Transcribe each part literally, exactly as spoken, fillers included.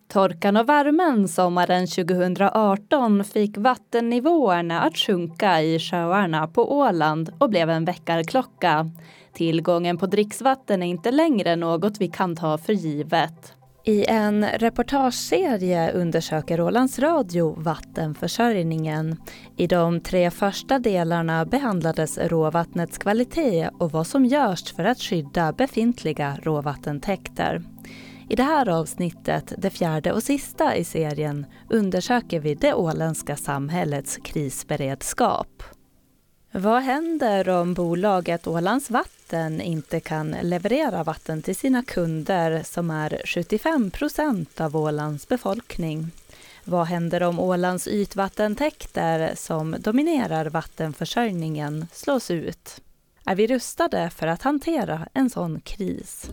Torkan och värmen sommaren tjugohundraarton fick vattennivåerna att sjunka i sjöarna på Åland och blev en väckarklocka. Tillgången på dricksvatten är inte längre något vi kan ta för givet. I en reportageserie undersöker Ålands Radio vattenförsörjningen. I de tre första delarna behandlades råvattnets kvalitet och vad som görs för att skydda befintliga råvattentäkter. I det här avsnittet, det fjärde och sista i serien, undersöker vi det åländska samhällets krisberedskap. Vad händer om bolaget Ålands Vatten inte kan leverera vatten till sina kunder som är sjuttiofem procent av Ålands befolkning? Vad händer om Ålands ytvattentäkter som dominerar vattenförsörjningen slås ut? Är vi rustade för att hantera en sån kris?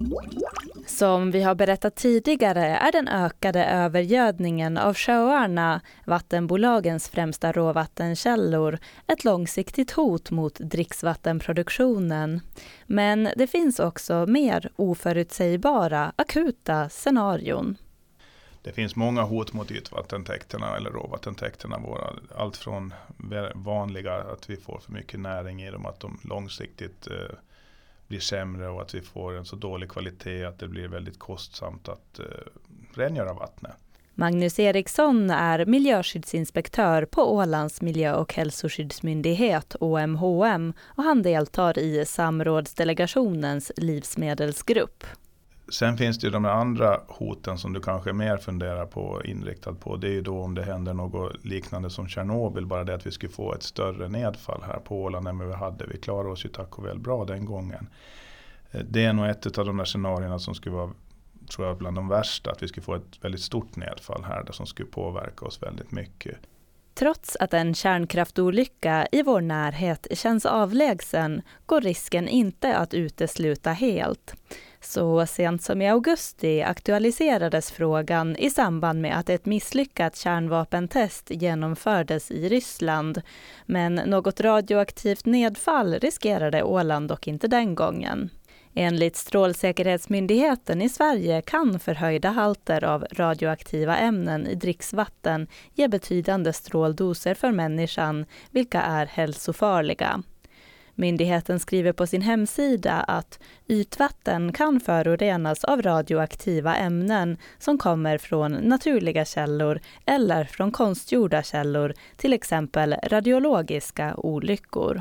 Som vi har berättat tidigare är den ökade övergödningen av sjöarna, vattenbolagens främsta råvattenkällor, ett långsiktigt hot mot dricksvattenproduktionen. Men det finns också mer oförutsägbara, akuta scenarion. Det finns många hot mot ytvattentäkterna eller råvattentäkterna. Allt från vanliga att vi får för mycket näring i dem, att de långsiktigt eh, blir sämre och att vi får en så dålig kvalitet att det blir väldigt kostsamt att eh, rengöra vattnet. Magnus Eriksson är miljöskyddsinspektör på Ålands miljö- och hälsoskyddsmyndighet O M H M och han deltar i samrådsdelegationens livsmedelsgrupp. Sen finns det ju de andra hoten som du kanske mer funderar på, inriktad på. Det är ju då om det händer något liknande som Tjernobyl, bara det att vi skulle få ett större nedfall här på Åland än vi hade. Vi klarade oss ju tack och väl bra den gången. Det är nog ett av de där scenarierna som skulle vara, tror jag, bland de värsta. Att vi skulle få ett väldigt stort nedfall här där som skulle påverka oss väldigt mycket. Trots att en kärnkraftolycka i vår närhet känns avlägsen går risken inte att utesluta helt. Så sent som i augusti aktualiserades frågan i samband med att ett misslyckat kärnvapentest genomfördes i Ryssland. Men något radioaktivt nedfall riskerade Åland dock inte den gången. Enligt Strålsäkerhetsmyndigheten i Sverige kan förhöjda halter av radioaktiva ämnen i dricksvatten ge betydande stråldoser för människan, vilka är hälsofarliga. Myndigheten skriver på sin hemsida att ytvatten kan förorenas av radioaktiva ämnen som kommer från naturliga källor eller från konstgjorda källor, till exempel radiologiska olyckor.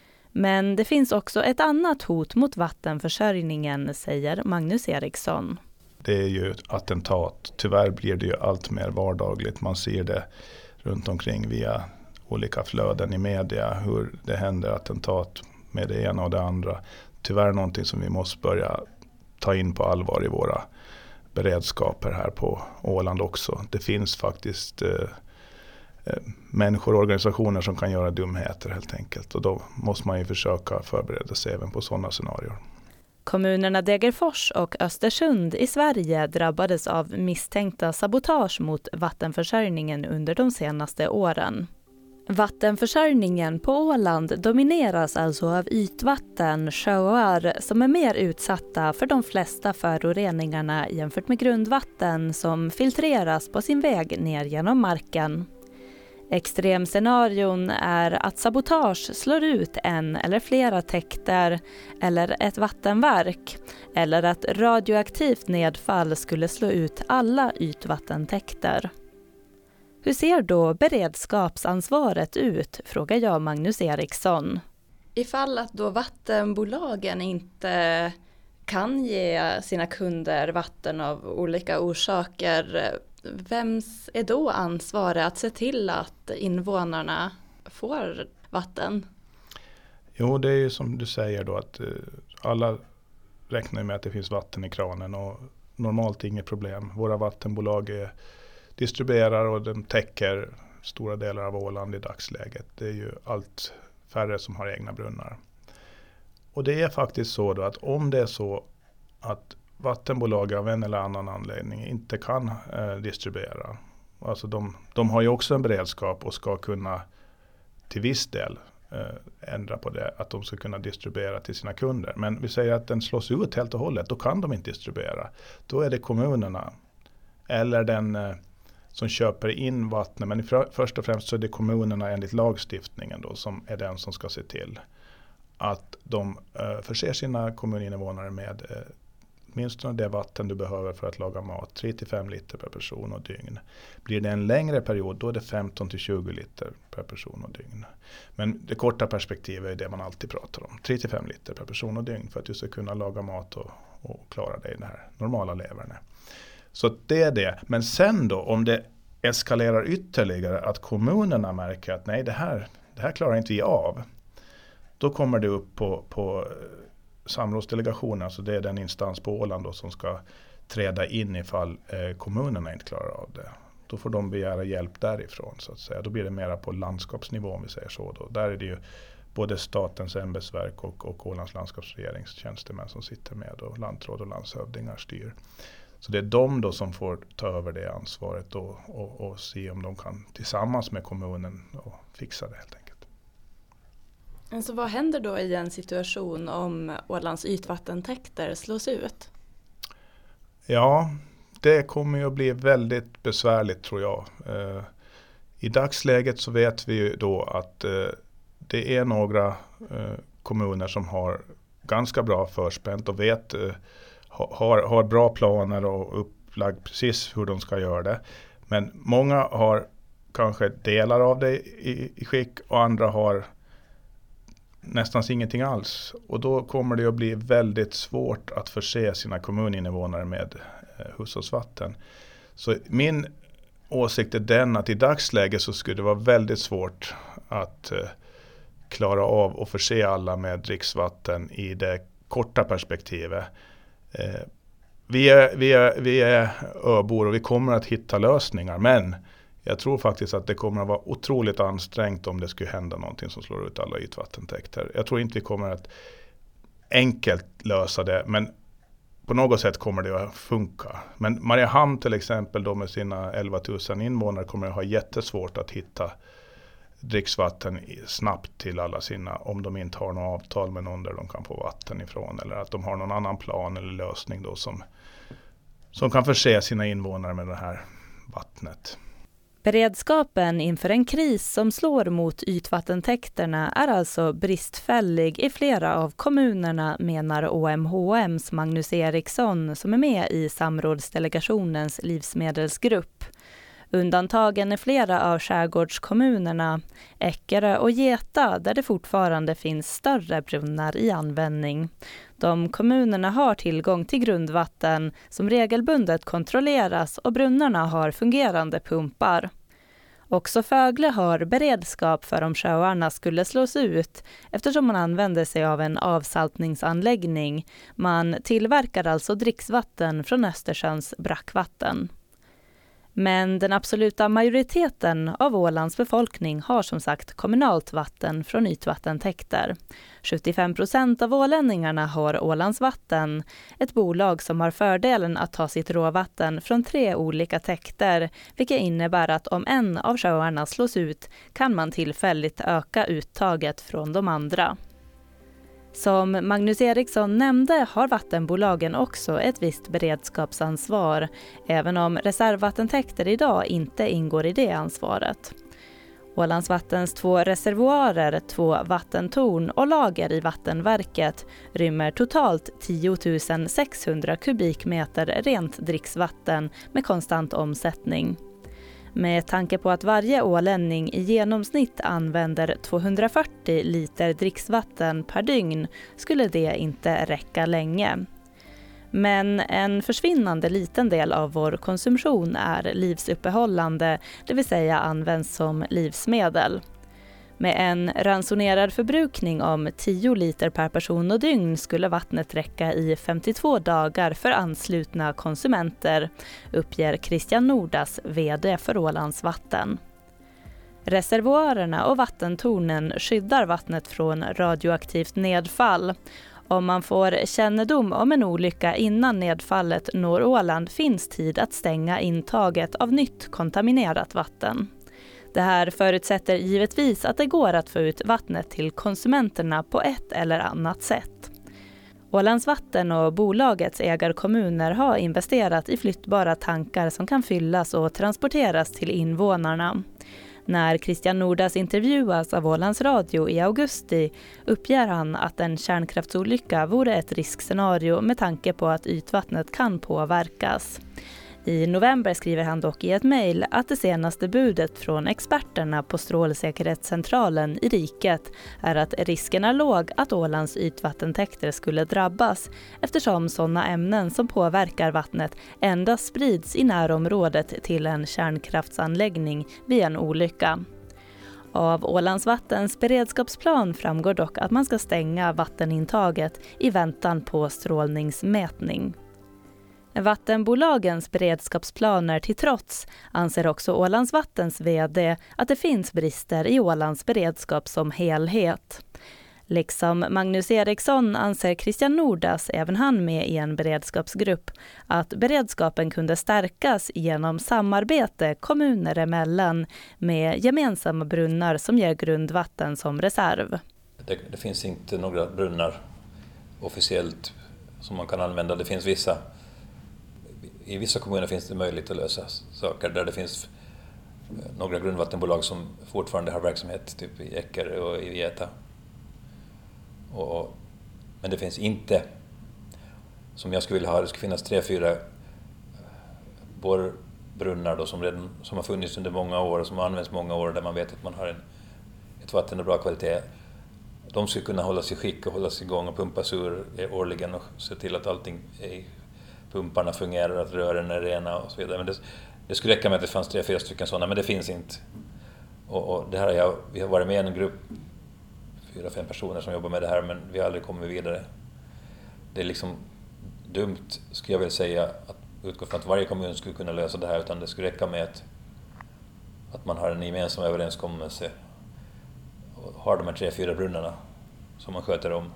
Men det finns också ett annat hot mot vattenförsörjningen, säger Magnus Eriksson. Det är ju attentat. Tyvärr blir det ju allt mer vardagligt. Man ser det runt omkring via olika flöden i media, hur det händer attentat med det ena och det andra. Tyvärr någonting som vi måste börja ta in på allvar i våra beredskaper här på Åland också. Det finns faktiskt eh, människor och organisationer som kan göra dumheter helt enkelt. Och då måste man ju försöka förbereda sig även på sådana scenarier. Kommunerna Degerfors och Östersund i Sverige drabbades av misstänkta sabotage mot vattenförsörjningen under de senaste åren. Vattenförsörjningen på Åland domineras alltså av ytvatten, sjöar som är mer utsatta för de flesta föroreningarna jämfört med grundvatten som filtreras på sin väg ner genom marken. Extremscenarion är att sabotage slår ut en eller flera täkter eller ett vattenverk eller att radioaktivt nedfall skulle slå ut alla ytvattentäkter. Hur ser då beredskapsansvaret ut, frågar jag Magnus Eriksson. Ifall att då vattenbolagen inte kan ge sina kunder vatten av olika orsaker, vems är då ansvaret att se till att invånarna får vatten? Jo, det är ju som du säger då att alla räknar med att det finns vatten i kranen och normalt inget problem. Våra vattenbolag är distribuerar och de täcker stora delar av Åland i dagsläget. Det är ju allt färre som har egna brunnar. Och det är faktiskt så då att om det är så att vattenbolag av en eller annan anledning inte kan eh, distribuera. Alltså de, de har ju också en beredskap och ska kunna till viss del eh, ändra på det. Att de ska kunna distribuera till sina kunder. Men vi säger att den slås ut helt och hållet. Då kan de inte distribuera. Då är det kommunerna eller den eh, som köper in vattnet. Men för, först och främst så är det kommunerna enligt lagstiftningen då, som är den som ska se till att de eh, förser sina kommuninvånare med eh, minst det vatten du behöver för att laga mat, tre till fem liter per person och dygn. Blir det en längre period, då är det femton till tjugo liter per person och dygn. Men det korta perspektivet är det man alltid pratar om, tre till fem liter per person och dygn, för att du ska kunna laga mat och, och klara dig i det här normala leverne. Så det är det. Men sen då, om det eskalerar ytterligare, att kommunerna märker att nej, det här, det här klarar inte vi av, då kommer det upp på, på samrådsdelegationen, alltså det är den instans på Åland då som ska träda in ifall eh, kommunerna inte klarar av det. Då får de begära hjälp därifrån, så att säga. Då blir det mera på landskapsnivå, om vi säger så. Då. Där är det ju både statens ämbetsverk och, och Ålands landskapsregeringstjänstemän som sitter med, och lantråd och landshövdingar styr. Så det är de då som får ta över det ansvaret då, och, och se om de kan tillsammans med kommunen och fixa det helt enkelt. Så vad händer då i en situation om Ålands ytvattentäkter slås ut? Ja, det kommer ju att bli väldigt besvärligt, tror jag. Eh, I dagsläget så vet vi ju då att eh, det är några eh, kommuner som har ganska bra förspänt och vet, eh, har, har bra planer och upplagt precis hur de ska göra det. Men många har kanske delar av det i, i skick, och andra har nästan ingenting alls. Och då kommer det att bli väldigt svårt att förse sina kommuninvånare med eh, hushållsvatten. Så min åsikt är den att i dagsläget så skulle det vara väldigt svårt att eh, klara av och förse alla med dricksvatten i det korta perspektivet. Eh, vi, är, vi, är, vi är öbor och vi kommer att hitta lösningar, men jag tror faktiskt att det kommer att vara otroligt ansträngt om det skulle hända någonting som slår ut alla ytvattentäkter. Jag tror inte vi kommer att enkelt lösa det, men på något sätt kommer det att funka. Men Mariehamn till exempel då med sina elva tusen invånare kommer att ha jättesvårt att hitta dricksvatten snabbt till alla sina, om de inte har något avtal med någon där de kan få vatten ifrån, eller att de har någon annan plan eller lösning då som, som kan förse sina invånare med det här vattnet. Beredskapen inför en kris som slår mot ytvattentäkterna är alltså bristfällig i flera av kommunerna, menar Å M H M:s Magnus Eriksson som är med i samrådsdelegationens livsmedelsgrupp. Undantagen är flera av skärgårdskommunerna, Eckerö och Geta, där det fortfarande finns större brunnar i användning. De kommunerna har tillgång till grundvatten som regelbundet kontrolleras och brunnarna har fungerande pumpar. Också Fögle har beredskap för om sjöarna skulle slås ut eftersom man använder sig av en avsaltningsanläggning. Man tillverkar alltså dricksvatten från Östersjöns brackvatten. Men den absoluta majoriteten av Ålands befolkning har som sagt kommunalt vatten från ytvattentäkter. sjuttiofem procent av ålänningarna har Ålands vatten, ett bolag som har fördelen att ta sitt råvatten från tre olika täkter, vilket innebär att om en av sjöarna slås ut kan man tillfälligt öka uttaget från de andra. Som Magnus Eriksson nämnde har vattenbolagen också ett visst beredskapsansvar, även om reservvattentäkter idag inte ingår i det ansvaret. Ålands vattens två reservoarer, två vattentorn och lager i vattenverket rymmer totalt tio tusen sexhundra kubikmeter rent dricksvatten med konstant omsättning. Med tanke på att varje ålänning i genomsnitt använder tvåhundrafyrtio liter dricksvatten per dygn skulle det inte räcka länge. Men en försvinnande liten del av vår konsumtion är livsuppehållande, det vill säga används som livsmedel. Med en ransonerad förbrukning om tio liter per person och dygn skulle vattnet räcka i femtiotvå dagar för anslutna konsumenter, uppger Christian Nordas, vd för Ålands vatten. Reservoarerna och vattentornen skyddar vattnet från radioaktivt nedfall. Om man får kännedom om en olycka innan nedfallet når Åland finns tid att stänga intaget av nytt kontaminerat vatten. Det här förutsätter givetvis att det går att få ut vattnet till konsumenterna på ett eller annat sätt. Ålands Vatten och bolagets ägarkommuner har investerat i flyttbara tankar som kan fyllas och transporteras till invånarna. När Christian Nordas intervjuas av Ålands Radio i augusti uppger han att en kärnkraftsolycka vore ett riskscenario med tanke på att ytvattnet kan påverkas. I november skriver han dock i ett mejl att det senaste budet från experterna på Strålsäkerhetscentralen i riket är att risken är låg att Ålands ytvattentäkter skulle drabbas eftersom sådana ämnen som påverkar vattnet endast sprids i närområdet till en kärnkraftsanläggning vid en olycka. Av Ålands Vattens beredskapsplan framgår dock att man ska stänga vattenintaget i väntan på strålningsmätning. Vattenbolagens beredskapsplaner till trots anser också Ålands Vattens vd att det finns brister i Ålands beredskap som helhet. Liksom Magnus Eriksson anser Christian Nordas, även han med i en beredskapsgrupp, att beredskapen kunde stärkas genom samarbete kommuner emellan med gemensamma brunnar som ger grundvatten som reserv. Det, det finns inte några brunnar officiellt som man kan använda. Det finns vissa I vissa kommuner finns det möjligt att lösa saker där det finns några grundvattenbolag som fortfarande har verksamhet typ i Eker och i Vieta. Och, men det finns inte, som jag skulle vilja ha, det ska finnas tre, fyra borrbrunnar då, som, redan, som har funnits under många år och som har använts många år där man vet att man har en, ett vatten av bra kvalitet. De skulle kunna hållas i skick och hållas igång och pumpas ur årligen och se till att allting är pumparna fungerar, att rören är rena och så vidare. Men det, det skulle räcka med att det fanns tre, fyra stycken sådana, men det finns inte. Och, och det här är jag, vi har varit med i en grupp, fyra, fem personer som jobbar med det här, men vi har aldrig kommit vidare. Det är liksom dumt, skulle jag vilja säga, att utgå från att varje kommun skulle kunna lösa det här, utan det skulle räcka med att, att man har en gemensam överenskommelse och har de här tre, fyra brunnarna som man sköter om.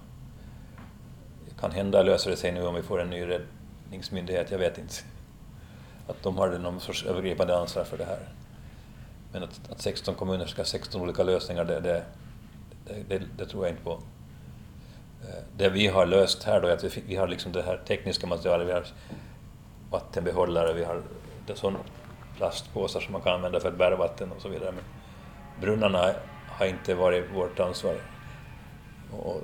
Det kan hända löser det sig nu om vi får en ny räddningsmyndighet, jag vet inte. Att de har någon sorts övergripande ansvar för det här. Men att, att sexton kommuner ska ha sexton olika lösningar, det, det, det, det, det tror jag inte på. Det vi har löst här då är att vi, vi har liksom det här tekniska materialet, vi har vattenbehållare, vi har sådana plastpåsar som man kan använda för att bära vatten och så vidare. Men brunnarna har inte varit vårt ansvar. Och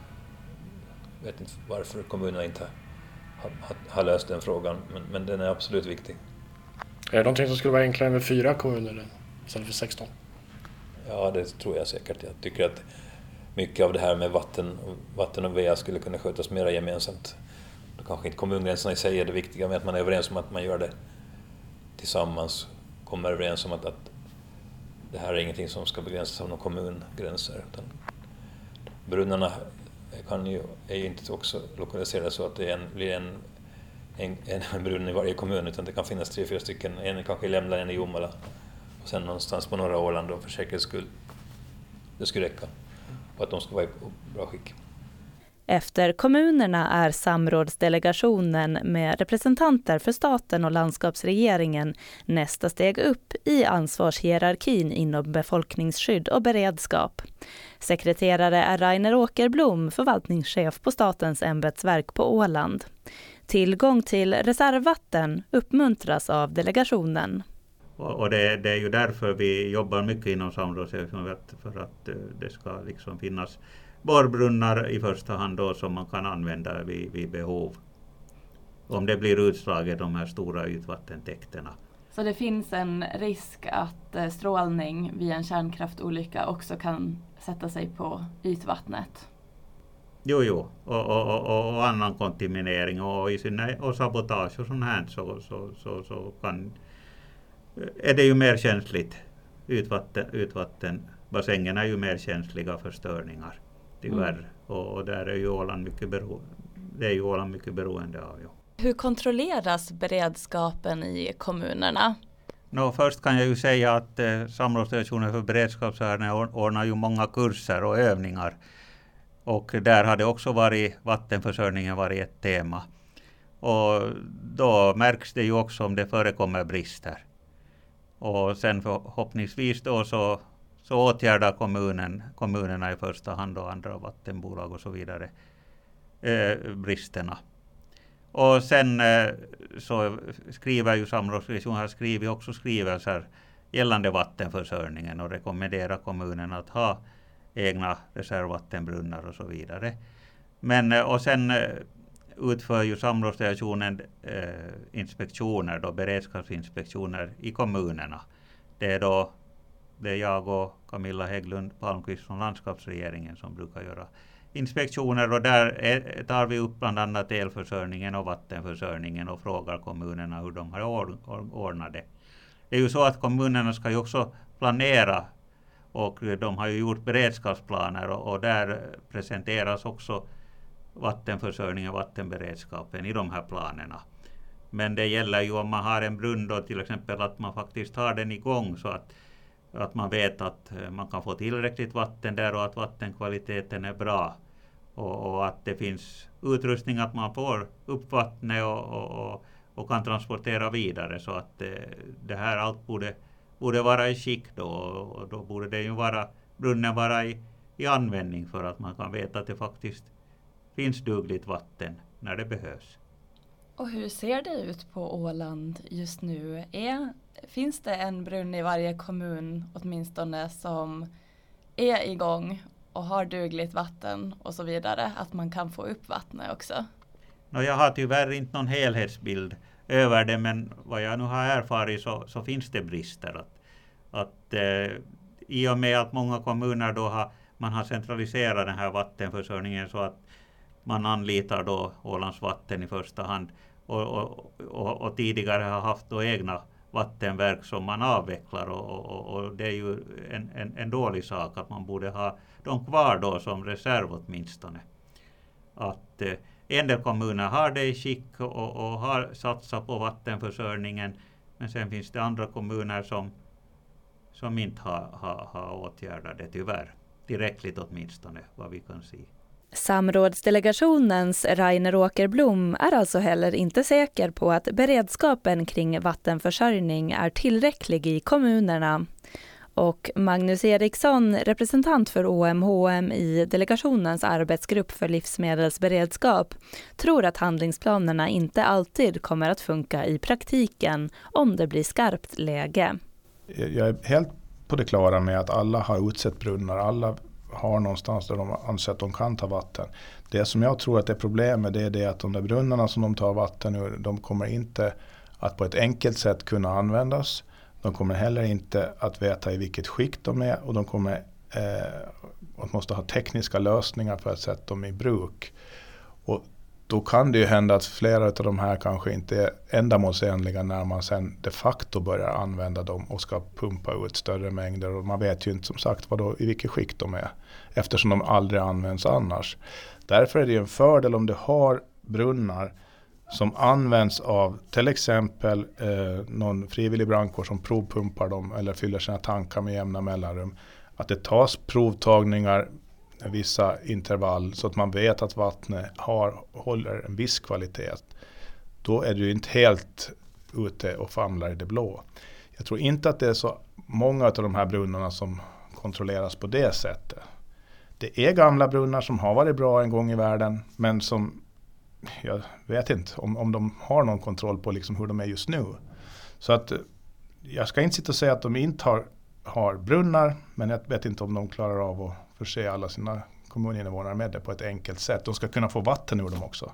jag vet inte varför kommunerna inte har, har, har löst den frågan, men, men den är absolut viktig. Är det någonting som skulle vara enklare med fyra kommuner istället för sexton? Ja, det tror jag säkert. Jag tycker att mycket av det här med vatten, vatten och V A skulle kunna skötas mer gemensamt. Då kanske inte kommungränserna i sig är det viktiga, men att man är överens om att man gör det tillsammans, kommer överens om att, att det här är ingenting som ska begränsas av några kommungränser. Utan brunnarna kan ju, är ju inte också lokaliserade så att det en, blir en, en, en brunn i varje kommun, utan det kan finnas tre, fyra stycken, en kanske i Lämla, en i Jomala och sen någonstans på norra Åland och för säkerhets skull. Det skulle räcka och att de ska vara i bra skick. Efter kommunerna är samrådsdelegationen med representanter för staten och landskapsregeringen nästa steg upp i ansvarshierarkin inom befolkningsskydd och beredskap. Sekreterare är Rainer Åkerblom, förvaltningschef på statens ämbetsverk på Åland. Tillgång till reservvatten uppmuntras av delegationen. Och det, det är ju därför vi jobbar mycket inom samrådsdelegationen, för att det ska liksom finnas borrbrunnar i första hand då, som man kan använda vid, vid behov. Om det blir utslaget de här stora ytvattentäkterna. Så det finns en risk att strålning vid en kärnkraftolycka också kan sätta sig på ytvattnet? Jo, jo. Och, och, och, och annan kontaminering och, i sina, och sabotage och sånt här så, så, så, så kan, är det ju mer känsligt. Ytvatten, ytvattenbassängen är ju mer känsliga för störningar. Tyvärr. Mm. Och, och där är ju Åland mycket, bero, det är ju Åland mycket beroende av. Ja. Hur kontrolleras beredskapen i kommunerna? Nå, först kan jag ju säga att eh, samrådsdelegationen för beredskapsärenden ordnar ju många kurser och övningar. Och där har det också varit vattenförsörjningen varit ett tema. Och då märks det ju också om det förekommer brister. Och sen förhoppningsvis då så Så åtgärdar kommunen, kommunerna i första hand och andra vattenbolag och så vidare eh, bristerna. Och sen eh, så skriver ju samrådsrevisionen har skrivit också skrivelser gällande vattenförsörjningen och rekommenderar kommunen att ha egna reservvattenbrunnar och så vidare. Men eh, och sen eh, utför ju samrådsrevisionen eh, inspektioner, då, beredskapsinspektioner i kommunerna. Det är då det är jag och Camilla Hägglund Palmqvist från landskapsregeringen som brukar göra inspektioner, och där är, tar vi upp bland annat elförsörjningen och vattenförsörjningen och frågar kommunerna hur de har ordnat det. Det är ju så att kommunerna ska ju också planera, och de har ju gjort beredskapsplaner, och, och där presenteras också vattenförsörjningen och vattenberedskapen i de här planerna. Men det gäller ju om man har en brunn då, till exempel, att man faktiskt har den igång så att, att man vet att man kan få tillräckligt vatten där och att vattenkvaliteten är bra. Och, och att det finns utrustning att man får upp vattnet och, och, och, och kan transportera vidare, så att det, det här allt borde, borde vara i skick då, och då borde det ju vara, brunnen vara i, i användning för att man kan veta att det faktiskt finns dugligt vatten när det behövs. Och hur ser det ut på Åland just nu? Är, finns det en brunn i varje kommun åtminstone som är igång och har dugligt vatten och så vidare, att man kan få upp vattnet också? No, jag har tyvärr inte någon helhetsbild över det, men vad jag nu har erfarit så, så finns det brister. Att, att, eh, I och med att många kommuner då har, man har centraliserat den här vattenförsörjningen så att man anlitar då Ålands vatten i första hand, och, och, och, och tidigare har haft då egna vattenverk som man avvecklar, och, och, och det är ju en, en, en dålig sak att man borde ha dem kvar då som reserv åtminstone. Att eh, en del kommuner har det i skick och, och har satsat på vattenförsörjningen, men sen finns det andra kommuner som, som inte har, har, har åtgärdat det tyvärr. Tillräckligt åtminstone, vad vi kan se. Samrådsdelegationens Rainer Åkerblom är alltså heller inte säker på att beredskapen kring vattenförsörjning är tillräcklig i kommunerna. Och Magnus Eriksson, representant för O M H M i delegationens arbetsgrupp för livsmedelsberedskap, tror att handlingsplanerna inte alltid kommer att funka i praktiken om det blir skarpt läge. Jag är helt på det klara med att alla har utsett brunnar, alla har någonstans där de anser att de kan ta vatten. Det som jag tror att det är problemet, det är det att de där brunnarna som de tar vatten ur, de kommer inte att på ett enkelt sätt kunna användas. De kommer heller inte att veta i vilket skick de är, och de kommer eh, att måste ha tekniska lösningar för att sätta dem i bruk. Och då kan det ju hända att flera av de här kanske inte är ändamålsenliga när man sen de facto börjar använda dem och ska pumpa ut större mängder. Och man vet ju inte som sagt vad då, i vilket skick de är, eftersom de aldrig används annars. Därför är det en fördel om du har brunnar som används av till exempel eh, någon frivillig brandkår som provpumpar dem eller fyller sina tankar med jämna mellanrum. Att det tas provtagningar vissa intervall så att man vet att vattnet har, håller en viss kvalitet. Då är du inte helt ute och famlar i det blå. Jag tror inte att det är så många av de här brunnarna som kontrolleras på det sättet. Det är gamla brunnar som har varit bra en gång i världen, men som jag vet inte om, om de har någon kontroll på liksom hur de är just nu. Så att jag ska inte sitta och säga att de inte har, har brunnar, men jag vet inte om de klarar av att förse alla sina kommuninvånare med det på ett enkelt sätt. De ska kunna få vatten ur dem också.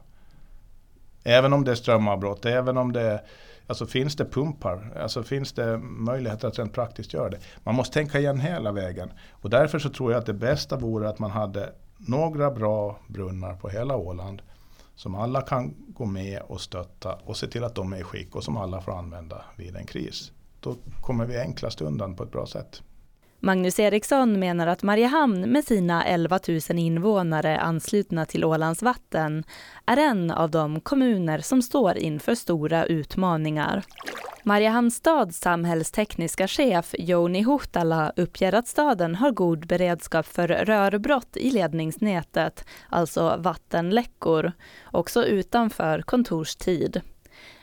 Även om det är strömavbrott, även om det alltså finns det pumpar, alltså finns det möjligheter att rent praktiskt göra det. Man måste tänka igen hela vägen. Och därför så tror jag att det bästa vore att man hade några bra brunnar på hela Åland som alla kan gå med och stötta och se till att de är i skick och som alla får använda vid en kris. Då kommer vi enklast undan på ett bra sätt. Magnus Eriksson menar att Mariehamn med sina elva tusen invånare anslutna till Ålands vatten är en av de kommuner som står inför stora utmaningar. Mariehamns stads samhällstekniska chef Jouni Huhtala uppger att staden har god beredskap för rörbrott i ledningsnätet, alltså vattenläckor, också utanför kontorstid.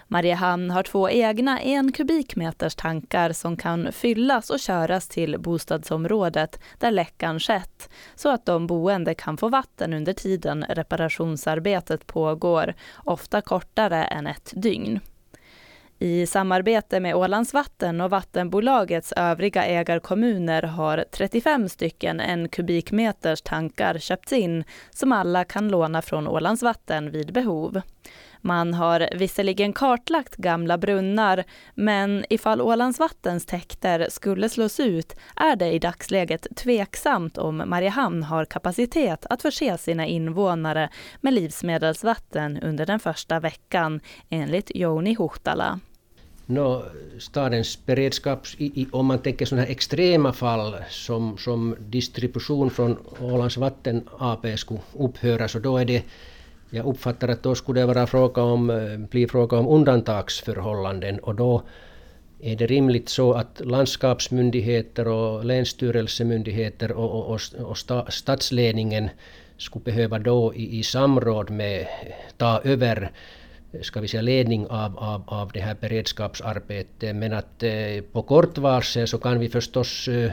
Mariehamn har två egna en kubikmeters tankar som kan fyllas och köras till bostadsområdet där läckan skett, så att de boende kan få vatten under tiden reparationsarbetet pågår, ofta kortare än ett dygn. I samarbete med Ålands Vatten och vattenbolagets övriga ägarkommuner har trettiofem stycken en kubikmeters tankar köpts in som alla kan låna från Ålands Vatten vid behov. Man har visserligen kartlagt gamla brunnar, men ifall Ålands Vattens täkter skulle slås ut är det i dagsläget tveksamt om Mariehamn har kapacitet att förse sina invånare med livsmedelsvatten under den första veckan, enligt Jouni Huhtala. No, stadens beredskaps, i, i, om man tänker sådana här extrema fall som, som distribution från Ålands Vatten A P skulle upphöra, så då är det, jag uppfattar att då skulle det vara fråga om, bli fråga om undantagsförhållanden, och då är det rimligt så att landskapsmyndigheter och länsstyrelsemyndigheter och, och, och stadsledningen skulle behöva då i, i samråd med ta över, ska vi säga, ledning av, av, av det här beredskapsarbetet. Men att eh, på kort varsel så kan vi förstås eh,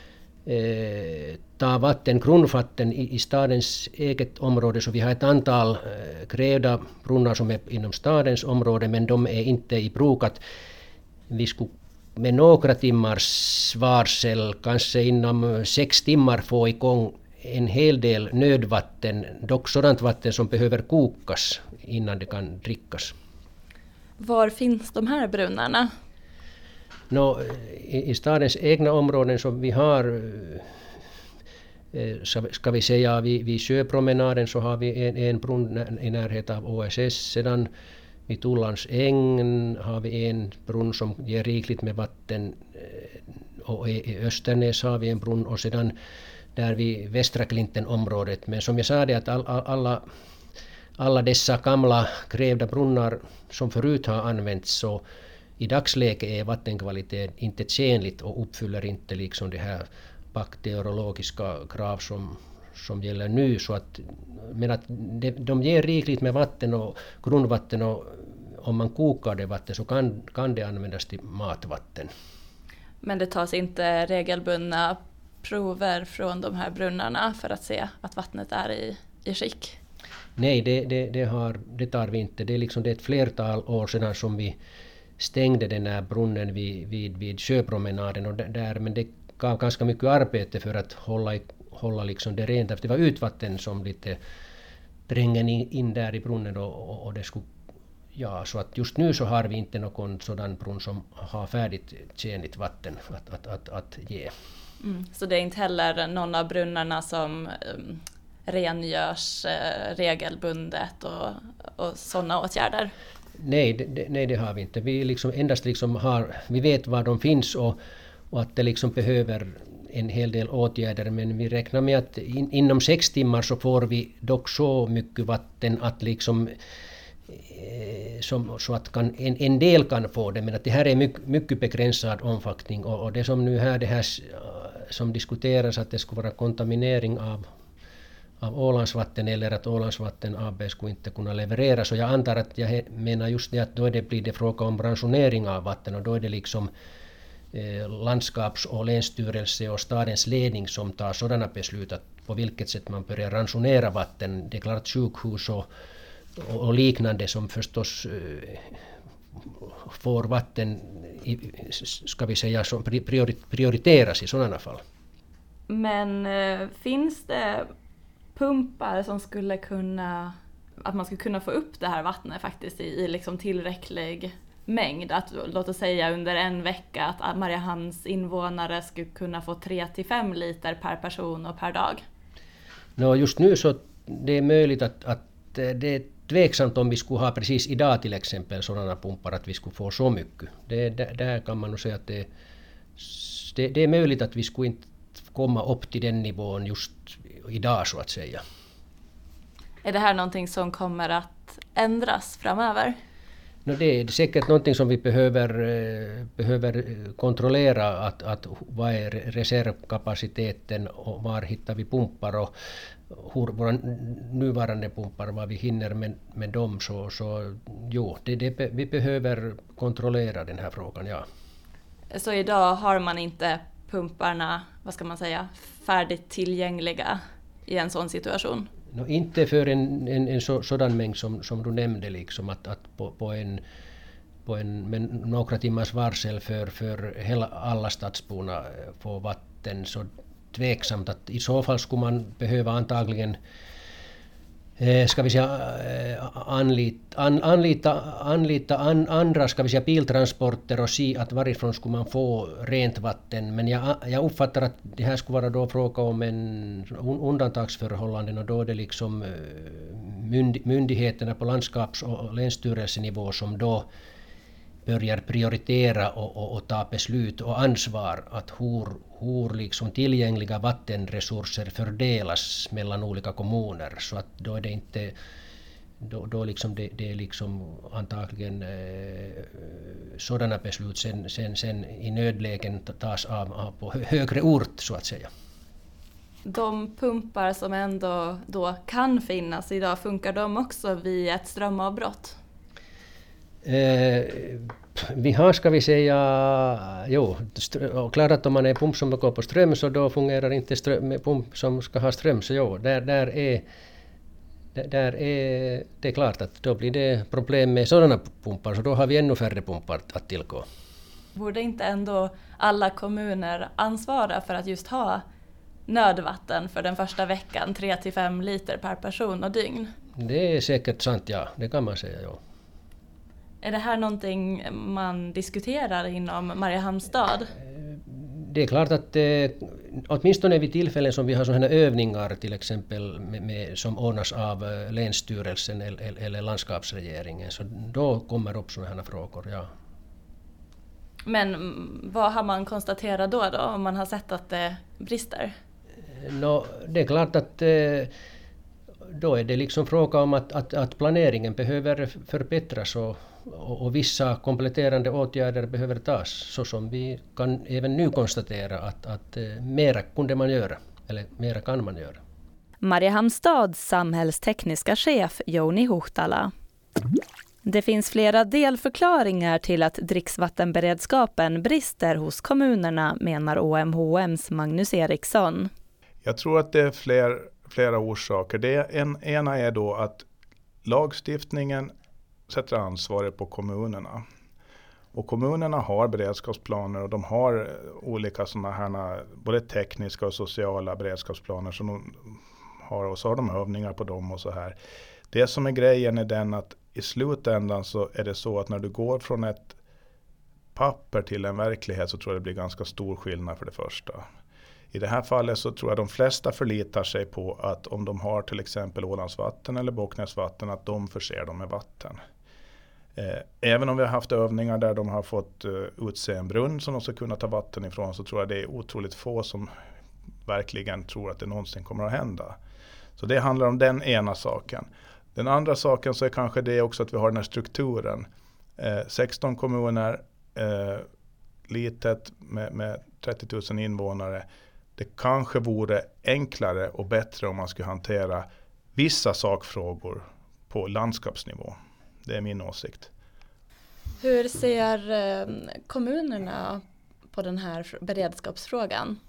ta vatten, grundvatten i, i stadens eget område. Så vi har ett antal eh, grävda brunnar som är inom stadens område, men de är inte i bruk. Att vi skulle med några timmars varsel, kanske inom sex timmar, få igång en hel del nödvatten, dock sådant vatten som behöver kokas innan det kan drickas. Var finns de här brunnarna? No, i, i stadens egna områden som vi har, eh, ska vi säga vid, vid sjöpromenaden, så har vi en, en brunn i närhet av O S S. Sedan vid Tullans äng har vi en brunn som ger rikligt med vatten, och i Östernäs har vi en brunn, och sedan där vid Västra Klinten-området. Men som jag sa, det att all, alla, alla dessa gamla grävda brunnar som förut har använts, så i dagsläget är vattenkvalitet inte tjänligt och uppfyller inte liksom det här bakteriologiska krav som, som gäller nu. Så att, men att de, de ger rikligt med vatten och grundvatten, och om man kokar det vatten så kan, kan det användas till matvatten. Men det tas inte regelbundna prover från de här brunnarna för att se att vattnet är i, i skick? Nej, det, det, det, har, det tar vi inte. Det är, liksom, det är ett flertal år sedan som vi stängde den här brunnen vid, vid, vid sjöpromenaden. Och där, men det gav ganska mycket arbete för att hålla, hålla liksom det rent. Det var utvatten som lite drängen in, in där i brunnen. Och, och det skulle, ja, så att just nu så har vi inte någon sådan brunn som har färdigt tjänligt vatten att, att, att, att ge. Mm. Så det är inte heller någon av brunnarna som um, rengörs uh, regelbundet och, och sådana åtgärder? Nej det, nej, det har vi inte. Vi, liksom endast liksom har, vi vet var de finns, och, och att det liksom behöver en hel del åtgärder. Men vi räknar med att in, inom sex timmar så får vi dock så mycket vatten att liksom Som, så att kan, en, en del kan få det, men att det här är mycket, mycket begränsad omfattning, och, och det som nu här, det här som diskuteras, att det skulle vara kontaminering av, av Ålandsvatten, eller att Ålandsvatten A B skulle inte kunna leverera, så jag antar att jag menar just det att då är det, blir det fråga om ransonering av vatten, och då är det liksom eh, landskaps- och länsstyrelse och stadens ledning som tar sådana beslut att på vilket sätt man börjar ransonera vatten. Det är klart sjukhus och och liknande som förstås uh, får vatten, i, ska vi säga, som priori, prioriteras i sådana fall. Men uh, finns det pumpar som skulle kunna, att man skulle kunna få upp det här vattnet faktiskt i, i liksom tillräcklig mängd? Att, låt oss säga under en vecka att Mariehamns invånare skulle kunna få tre till fem liter per person och per dag? No, just nu så det är möjligt att, att det är tveksamt om vi skulle ha precis idag till exempel sådana pumpar att vi skulle få så mycket. Det, där, där kan man nog säga att det, det, det är möjligt att vi skulle inte komma upp till den nivån just idag så att säga. Är det här någonting som kommer att ändras framöver? No, det är säkert någonting som vi behöver, behöver kontrollera, att, att vad är reservkapaciteten och var hittar vi pumpar och hur våra nuvarande pumpar, vad vi hinner med, med dem. Så, så jo, det, det, vi behöver kontrollera den här frågan, ja. Så idag har man inte pumparna, vad ska man säga, färdigt tillgängliga i en sån situation? No, inte för en, en, en så, sådan mängd som, som du nämnde, liksom, att, att på, på, en, på en med några timmars varsel för, för hela, alla stadsborna få vatten, så tveksamt att i så fall skulle man behöva antagligen eh, ska vi säga, eh, anlita, an, anlita, anlita an, andra ska vi säga, biltransporter och se att varifrån skulle man få rent vatten. Men jag, jag uppfattar att det här skulle vara då fråga om en undantagsförhållanden, och då är det liksom mynd, myndigheterna på landskaps- och länsstyrelsenivå som då börjar prioritera och, och, och ta beslut och ansvar att hur, hur liksom tillgängliga vattenresurser fördelas mellan olika kommuner. Så att då är det inte, då, då liksom det, det är liksom antagligen eh, sådana beslut sen, sen, sen i nödlägen tas av, av på högre ort, så att säga. De pumpar som ändå då kan finnas idag, funkar de också vid ett strömavbrott? Eh, vi har, ska vi säga, jo, och klart att om man är pump som går på ström, så då fungerar inte ström, pump som ska ha ström, så jo, där, där är där är det är klart att då blir det problem med sådana pumpar, så då har vi ännu färre pumpar att tillgå. Borde inte ändå alla kommuner ansvara för att just ha nödvatten för den första veckan, tre till fem liter per person och dygn? Det är säkert sant, ja, det kan man säga, ja. Är det här någonting man diskuterar inom Mariehamns stad? Det är klart att eh, åtminstone vid tillfällen som vi har sådana övningar till exempel med, med, som ordnas av eh, länsstyrelsen eller, eller landskapsregeringen, så då kommer upp sådana här frågor, ja. Men vad har man konstaterat då, då om man har sett att det brister? No, det är klart att eh, då är det liksom fråga om att, att, att planeringen behöver förbättras och, och, och vissa kompletterande åtgärder behöver tas, så som vi kan även nu konstatera att, att eh, mera kunde man göra, eller mera kan man göra. Mariehamns stads samhällstekniska chef Joni Huhtala. Det finns flera delförklaringar till att dricksvattenberedskapen brister hos kommunerna, menar O M H M:s Magnus Eriksson. Jag tror att det är fler, flera orsaker. Det är en, ena är då att lagstiftningen sätter ansvaret på kommunerna. Och kommunerna har beredskapsplaner, och de har olika sådana här, både tekniska och sociala beredskapsplaner som de har, och så har de övningar på dem och så här. Det som är grejen är den att i slutändan så är det så att när du går från ett papper till en verklighet, så tror jag det blir ganska stor skillnad för det första. I det här fallet så tror jag de flesta förlitar sig på att om de har till exempel Ålandsvatten eller Bocknäsvatten, att de förser dem med vatten. Även om vi har haft övningar där de har fått utse en brunn som de ska kunna ta vatten ifrån, så tror jag det är otroligt få som verkligen tror att det någonsin kommer att hända. Så det handlar om den ena saken. Den andra saken så är kanske det också att vi har den här strukturen. Eh, sexton kommuner, eh, litet med, med trettio tusen invånare. Det kanske vore enklare och bättre om man skulle hantera vissa sakfrågor på landskapsnivå. Det är min åsikt. Hur ser eh, kommunerna på den här beredskapsfrågan?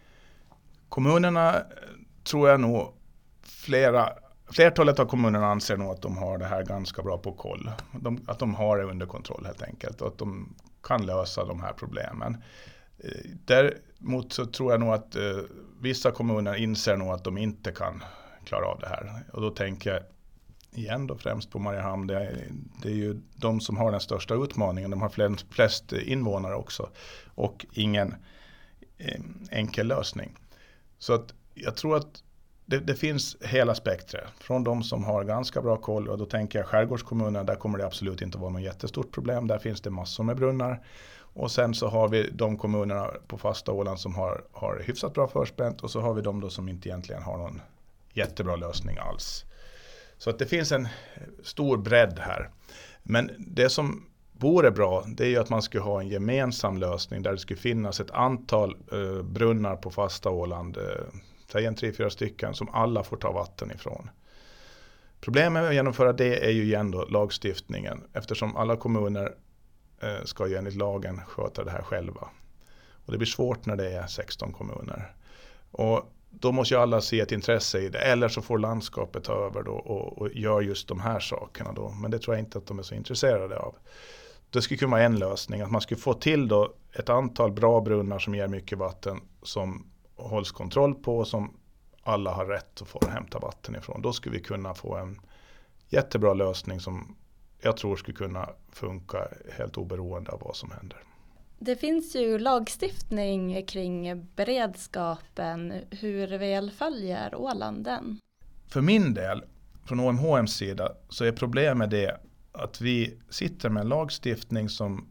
Kommunerna tror jag nog flera... Flertalet av kommunerna anser nog att de har det här ganska bra på koll. De, att de har det under kontroll helt enkelt, och att de kan lösa de här problemen. Eh, däremot så tror jag nog att eh, vissa kommuner inser nog att de inte kan klara av det här. Och då tänker jag igen då främst på Mariehamn. Det är, det är ju de som har den största utmaningen. De har flest, flest invånare också, och ingen eh, enkel lösning. Så att jag tror att Det, det finns hela spektret. Från de som har ganska bra koll, och då tänker jag skärgårdskommunerna, där kommer det absolut inte vara något jättestort problem. Där finns det massor med brunnar. Och sen så har vi de kommunerna på fasta Åland som har, har hyfsat bra förspänt, och så har vi de då som inte egentligen har någon jättebra lösning alls. Så att det finns en stor bredd här. Men det som vore bra, det är ju att man skulle ha en gemensam lösning där det skulle finnas ett antal eh, brunnar på fasta Åland, eh, säg en tre, fyra stycken som alla får ta vatten ifrån. Problemet med att genomföra det är ju igen då lagstiftningen, eftersom alla kommuner eh, ska ju enligt lagen sköta det här själva. Och det blir svårt när det är sexton kommuner. Och då måste ju alla se ett intresse i det, eller så får landskapet ta över då och, och gör just de här sakerna då. Men det tror jag inte att de är så intresserade av. Det skulle kunna vara en lösning, att man skulle få till då ett antal bra brunnar som ger mycket vatten som hålls kontroll på, som alla har rätt att få hämta vatten ifrån. Då skulle vi kunna få en jättebra lösning som jag tror skulle kunna funka helt oberoende av vad som händer. Det finns ju lagstiftning kring beredskapen. Hur väl följer Åland den? För min del, från O M H M:s sida, så är problemet det att vi sitter med en lagstiftning som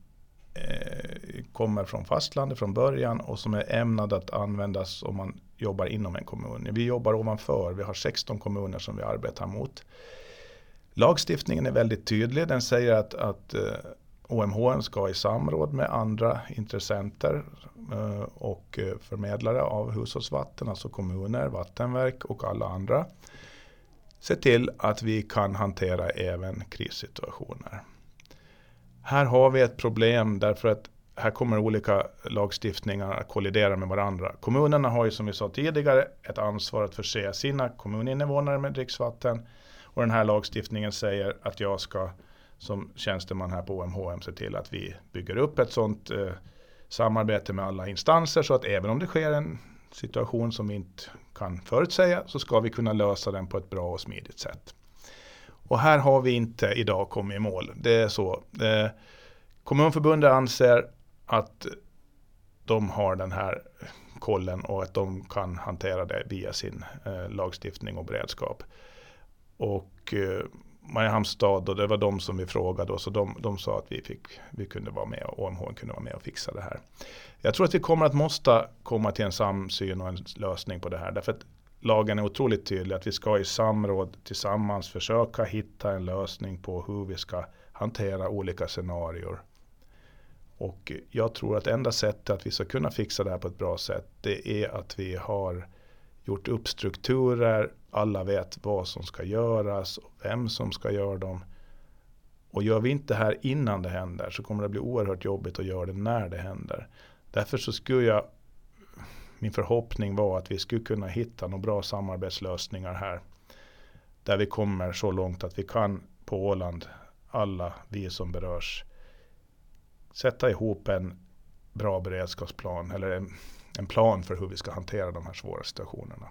eh, kommer från fastlandet från början och som är ämnad att användas om man jobbar inom en kommun. Vi jobbar ovanför, vi har sexton kommuner som vi arbetar mot. Lagstiftningen är väldigt tydlig, den säger att, att eh, O M H M ska i samråd med andra intressenter eh, och förmedlare av hushållsvatten, alltså kommuner, vattenverk och alla andra, se till att vi kan hantera även krissituationer. Här har vi ett problem därför att här kommer olika lagstiftningar att kollidera med varandra. Kommunerna har ju som vi sa tidigare ett ansvar att förse sina kommuninvånare med dricksvatten, och den här lagstiftningen säger att jag ska som tjänsteman här på O M H M se till att vi bygger upp ett sådant eh, samarbete med alla instanser så att även om det sker en situation som vi inte kan förutsäga så ska vi kunna lösa den på ett bra och smidigt sätt. Och här har vi inte idag kommit i mål. Det är så. Eh, Kommunförbundet anser att de har den här kollen och att de kan hantera det via sin eh, lagstiftning och beredskap. Och eh, Mariehamns stad, och det var de som vi frågade, och så de, de sa att vi, fick, vi kunde vara med och O M H kunde vara med och fixa det här. Jag tror att vi kommer att måste komma till en samsyn och en lösning på det här, därför att lagen är otroligt tydlig att vi ska i samråd tillsammans försöka hitta en lösning på hur vi ska hantera olika scenarier. Och jag tror att enda sättet att vi ska kunna fixa det här på ett bra sätt, det är att vi har gjort upp strukturer, alla vet vad som ska göras och vem som ska göra dem. Och gör vi inte det här innan det händer så kommer det bli oerhört jobbigt att göra det när det händer. Därför så skulle jag, min förhoppning var att vi skulle kunna hitta några bra samarbetslösningar här. Där vi kommer så långt att vi kan på Åland, alla vi som berörs, sätta ihop en bra beredskapsplan eller en, en plan för hur vi ska hantera de här svåra situationerna.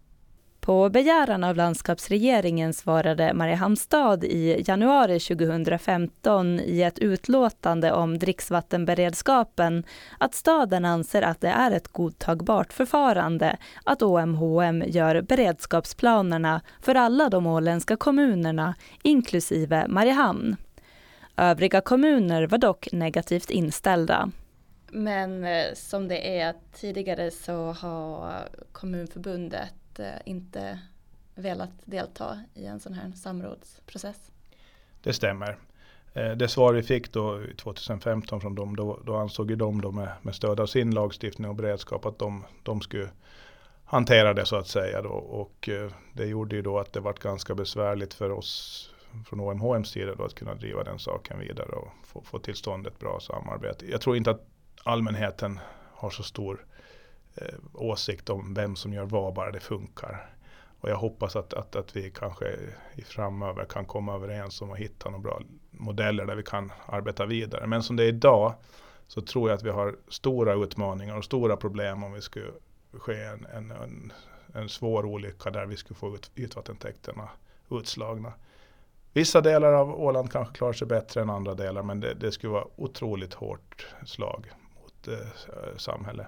På begäran av landskapsregeringen svarade Mariehamns stad i januari tjugohundrafemton i ett utlåtande om dricksvattenberedskapen att staden anser att det är ett godtagbart förfarande att O M H M gör beredskapsplanerna för alla de åländska kommunerna, inklusive Mariehamn. Övriga kommuner var dock negativt inställda. Men eh, som det är tidigare så har Kommunförbundet inte velat delta i en sån här samrådsprocess. Det stämmer. Det svar vi fick då tjugohundrafemton från dem, då, då ansåg ju de då med, med stöd av sin lagstiftning och beredskap att de, de skulle hantera det så att säga. Då. Och det gjorde ju då att det var ganska besvärligt för oss från O M H M:s sida då att kunna driva den saken vidare och få, få till stånd ett bra samarbete. Jag tror inte att allmänheten har så stor Eh, åsikt om vem som gör vad, bara det funkar. Och jag hoppas att, att, att vi kanske i framöver kan komma överens om att hitta några bra modeller där vi kan arbeta vidare. Men som det är idag så tror jag att vi har stora utmaningar och stora problem om vi skulle ske en, en, en, en svår olycka där vi skulle få ut ytvattentäkterna utslagna. Vissa delar av Åland kanske klarar sig bättre än andra delar, men det, det skulle vara otroligt hårt slag mot eh, samhället.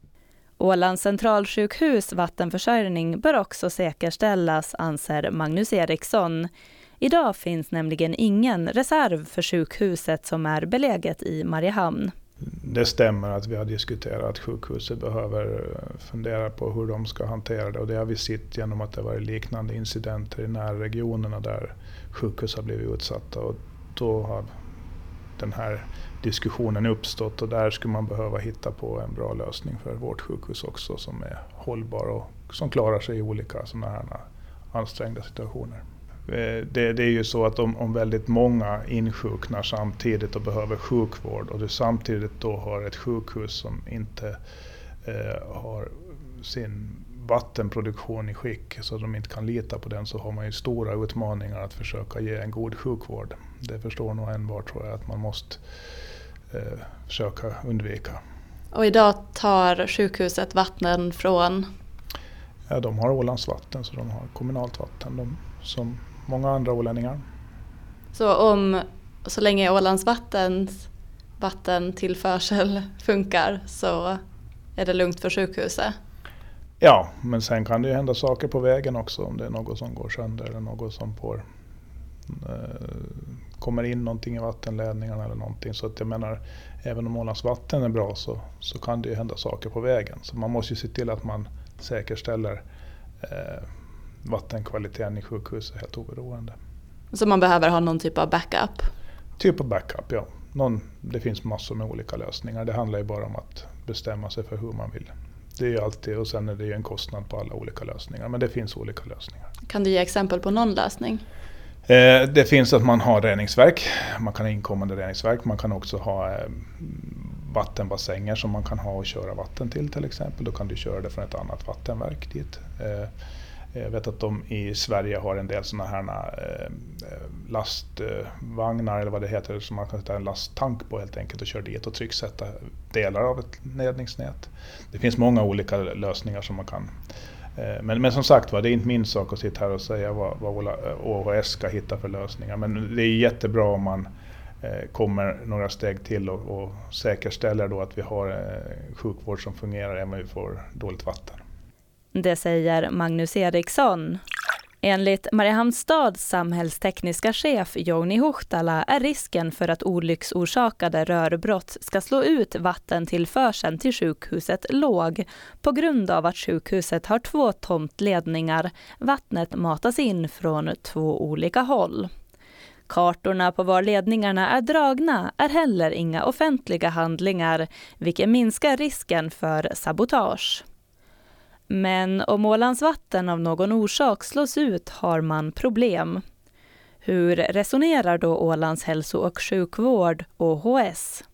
Ålands centralsjukhus vattenförsörjning bör också säkerställas, anser Magnus Eriksson. Idag finns nämligen ingen reserv för sjukhuset som är beläget i Mariehamn. Det stämmer att vi har diskuterat att sjukhuset behöver fundera på hur de ska hantera det. Och det har vi sett genom att det var liknande incidenter i närregionerna där sjukhus har blivit utsatta. Och då har den här diskussionen uppstått och där skulle man behöva hitta på en bra lösning för vårt sjukhus också som är hållbar och som klarar sig i olika sådana här ansträngda situationer. Det, det är ju så att om, om väldigt många insjuknar samtidigt och behöver sjukvård och du samtidigt då har ett sjukhus som inte eh, har sin vattenproduktion i skick så att de inte kan lita på den, så har man ju stora utmaningar att försöka ge en god sjukvård. Det förstår nog envar, tror jag, att man måste eh, försöka undvika. Och idag tar sjukhuset vatten från? Ja, de har Ålands vatten, så de har kommunalt vatten de, som många andra ålänningar. Så om så länge Ålands vattens vattentillförsel funkar så är det lugnt för sjukhuset? Ja, men sen kan det ju hända saker på vägen också om det är något som går sönder eller något som får, eh, kommer in någonting i vattenledningarna eller någonting. Så att jag menar, även om Ålands vatten är bra så, så kan det ju hända saker på vägen. Så man måste ju se till att man säkerställer eh, vattenkvaliteten i sjukhuset helt oberoende. Så man behöver ha någon typ av backup? Typ av backup, ja. Någon, det finns massor med olika lösningar. Det handlar ju bara om att bestämma sig för hur man vill. Det är ju alltid, och sen är det ju en kostnad på alla olika lösningar. Men det finns olika lösningar. Kan du ge exempel på någon lösning? Eh, det finns att man har reningsverk. Man kan ha inkommande reningsverk. Man kan också ha eh, vattenbassänger som man kan ha och köra vatten till till exempel. Då kan du köra det från ett annat vattenverk dit. Eh, jag vet att de i Sverige har en del sådana här eh, lastvagnar eller vad det heter som man kan sätta en lasttank på helt enkelt och köra dit och trycksätta delar av ett ledningsnät. Det finns många olika lösningar som man kan. Eh, men, men som sagt var, det är inte min sak att sitta här och säga vad, vad O H S ska hitta för lösningar. Men det är jättebra om man eh, kommer några steg till och, och säkerställer då att vi har eh, sjukvård som fungerar även om vi får dåligt vatten. Det säger Magnus Eriksson. Enligt Mariehamnstads samhällstekniska chef Jouni Huhtala är risken för att olycksorsakade rörbrott ska slå ut vattentillförseln till sjukhuset låg på grund av att sjukhuset har två tomtledningar. Vattnet matas in från två olika håll. Kartorna på var ledningarna är dragna är heller inga offentliga handlingar, vilket minskar risken för sabotage. Men om Ålands vatten av någon orsak slås ut har man problem. Hur resonerar då Ålands hälso- och sjukvård, O H S?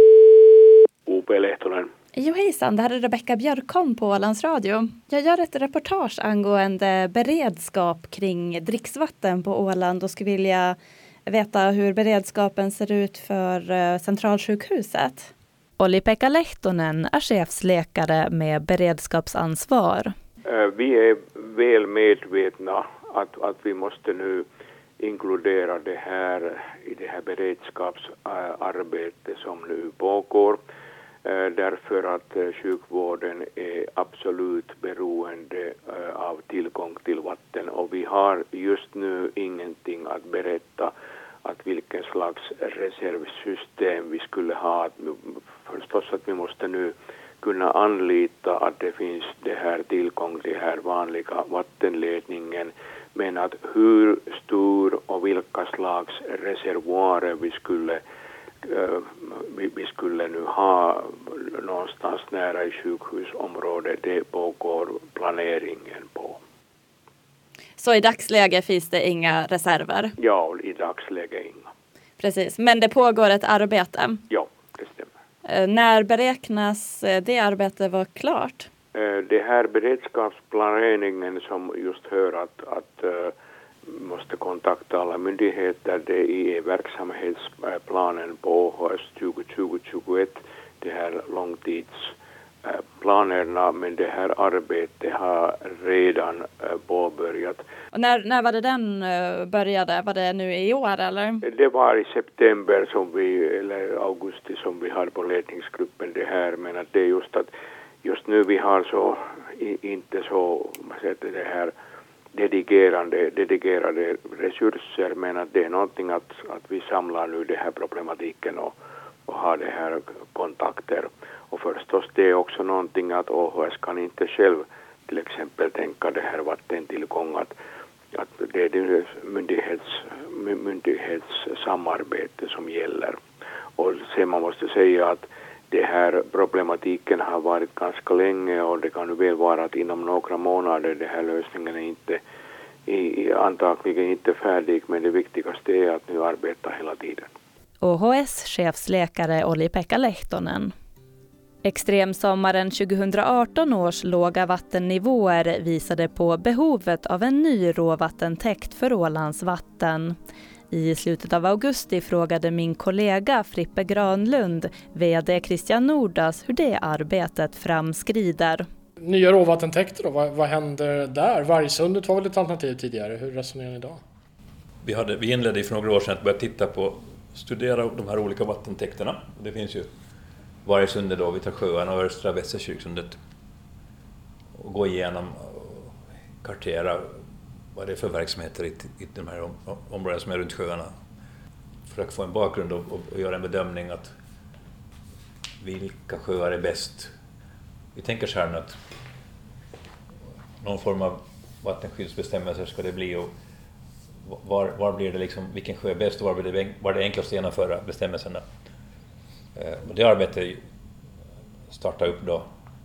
O P Lehtonen. Jo hejsan, det här är Rebecka Björkholm på Ålands Radio. Jag gör ett reportage angående beredskap kring dricksvatten på Åland och skulle vilja veta hur beredskapen ser ut för centralsjukhuset. Olli-Pekka Lehtonen är chefsläkare med beredskapsansvar. Vi är väl medvetna att, att vi måste nu inkludera det här i det här beredskapsarbetet som nu pågår. Därför att sjukvården är absolut beroende av tillgång till vatten och vi har just nu ingenting att berätta att vilken slags reservsystem vi skulle ha. Förstås att vi måste nu kunna anlita att det finns det här tillgång till här vanliga vattenledningen, men att hur stor och vilka slags reservoarer vi skulle uh, vi, vi skulle nu ha någonstans nära i sjukhusområdet, det pågår planeringen på. Så i dagsläget finns det inga reserver? Ja, i dagsläget inga. Precis, men det pågår ett arbete? Ja, det stämmer. När beräknas det arbetet vara klart? Det här beredskapsplaneringen som just hör att, att måste kontakta alla myndigheter, det är verksamhetsplanen på O H S tjugo tjugo till tjugoett, det här långtidsplanerna, men det här arbetet har redan påbörjat. Och när, när var det den började? Var det nu i år eller? Det var i september som vi, eller augusti som vi hade på ledningsgruppen det här, men att det är just att just nu vi har så inte så man säger, det här dedikerade, dedikerade resurser, men att det är någonting att, att vi samlar nu det här problematiken och, och har det här kontakter. Och förstås det är också någonting att O H S kan inte själv till exempel tänka det här vattentillgång att, att det är myndighets, myndighetssamarbete som gäller. Och sen man måste säga att det här problematiken har varit ganska länge och det kan ju väl vara att inom några månader den här lösningen är inte i, antagligen inte färdig, men det viktigaste är att nu arbeta hela tiden. O H S-chefsläkare Olli-Pekka Lehtonen. Extremsommaren tjugohundraarton års låga vattennivåer visade på behovet av en ny råvattentäkt för Ålands vatten. I slutet av augusti frågade min kollega Frippe Granlund, vd Christian Nordas, hur det arbetet framskrider. Nya råvattentäkter då, vad, vad händer där? Vargsundet var väl ett alternativ tidigare, hur resonerar ni idag? Vi, hade, vi inledde för några år sedan att börja titta på, studera de här olika vattentäkterna. Det finns ju Vargsundet då, vi tar sjöarna och östra Västerkyrksundet och gå igenom och kartera vad det är för verksamheter i, i de här om, områdena som är runt sjöarna. För att få en bakgrund och, och, och göra en bedömning att vilka sjöar är bäst. Vi tänker så här nu att någon form av vattenskyddsbestämmelser ska det bli och var, var blir det liksom, vilken sjö är bäst och var blir det, var det enklast att genomföra bestämmelserna. Och det arbetet startade upp då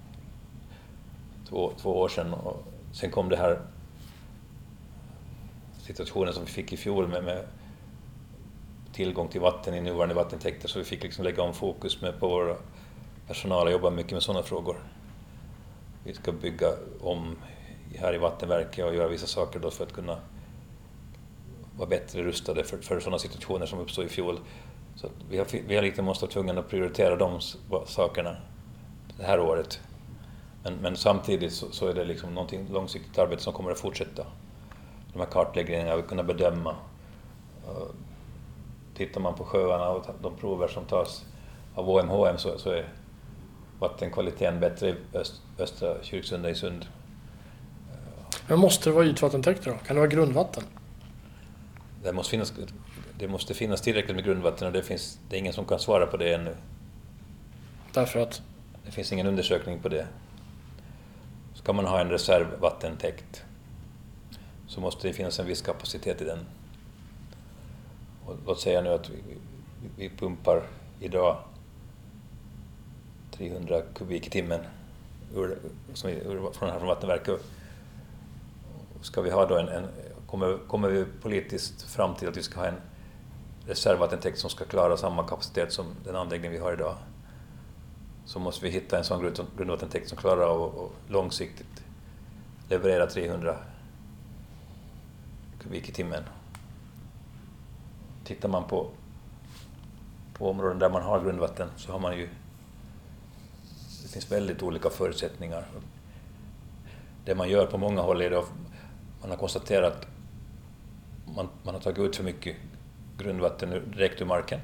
två, två år sedan och sen kom det här situationen som vi fick i fjol med, med tillgång till vatten i nuvarande vattentäkter, så vi fick liksom lägga om fokus med på vår personal och jobba mycket med sådana frågor. Vi ska bygga om här i vattenverket och göra vissa saker då för att kunna vara bättre rustade för, för sådana situationer som uppstod i fjol. Så vi har, vi har lite måste vara tvungna att prioritera de sakerna det här året. Men, men samtidigt så, så är det liksom någonting långsiktigt arbete som kommer att fortsätta. De här kartläggningarna, vi kunna bedöma. Tittar man på sjöarna och de prover som tas av O M H M så, så är vattenkvaliteten bättre i öst, östra Kyrksunda i Sund. Men måste det vara ytvattentäkter då? Kan det vara grundvatten? Det måste finnas, det måste finnas tillräckligt med grundvatten och det, finns, det är ingen som kan svara på det ännu. Därför att? Det finns ingen undersökning på det. Ska man ha en reservvattentäkt så måste det finnas en viss kapacitet i den. Och låt säga nu att vi, vi pumpar idag trehundra kubik i timmen ur, som ur, från här från vattenverket. Ska vi ha då en, en kommer, kommer vi politiskt fram till att vi ska ha en reservvattentäkt som ska klara samma kapacitet som den anläggning vi har idag, så måste vi hitta en sån grundvattentäkt som klarar av att långsiktigt leverera trehundra kubik i timmen. Tittar man på, på områden där man har grundvatten så har man ju, det finns väldigt olika förutsättningar. Det man gör på många håll är att man har konstaterat att man, man har tagit ut för mycket grundvatten direkt ur marken.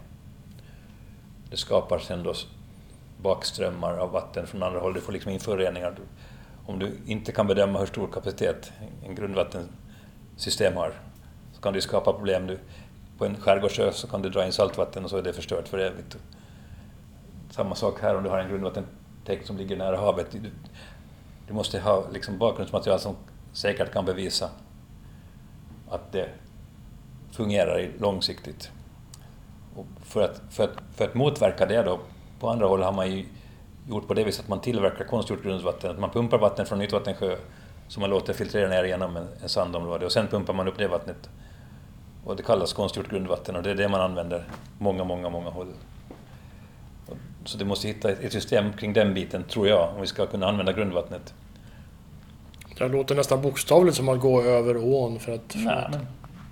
Det skapar sedan då bakströmmar av vatten från andra håll. Du får liksom in föroreningar. Om du inte kan bedöma hur stor kapacitet en grundvattensystem har så kan det skapa problem. Du, på en skärgårdssjö så kan du dra in saltvatten och så är det förstört för evigt. Samma sak här om du har en grundvattentäkt som ligger nära havet. Du, du måste ha liksom bakgrundsmaterial som säkert kan bevisa att det fungerar långsiktigt. Och för, att, för, att, för att motverka det då, på andra håll har man ju gjort på det viset att man tillverkar konstgjort grundvatten. Att man pumpar vatten från ytvattensjö som man låter filtrera ner genom en, en sandområde och sen pumpar man upp det vattnet. Och det kallas konstgjort grundvatten och det är det man använder många, många, många håll. Och, så det måste hitta ett, ett system kring den biten, tror jag, om vi ska kunna använda grundvattnet. Det låter nästan bokstavligt som att gå över ån för att... Nej, men...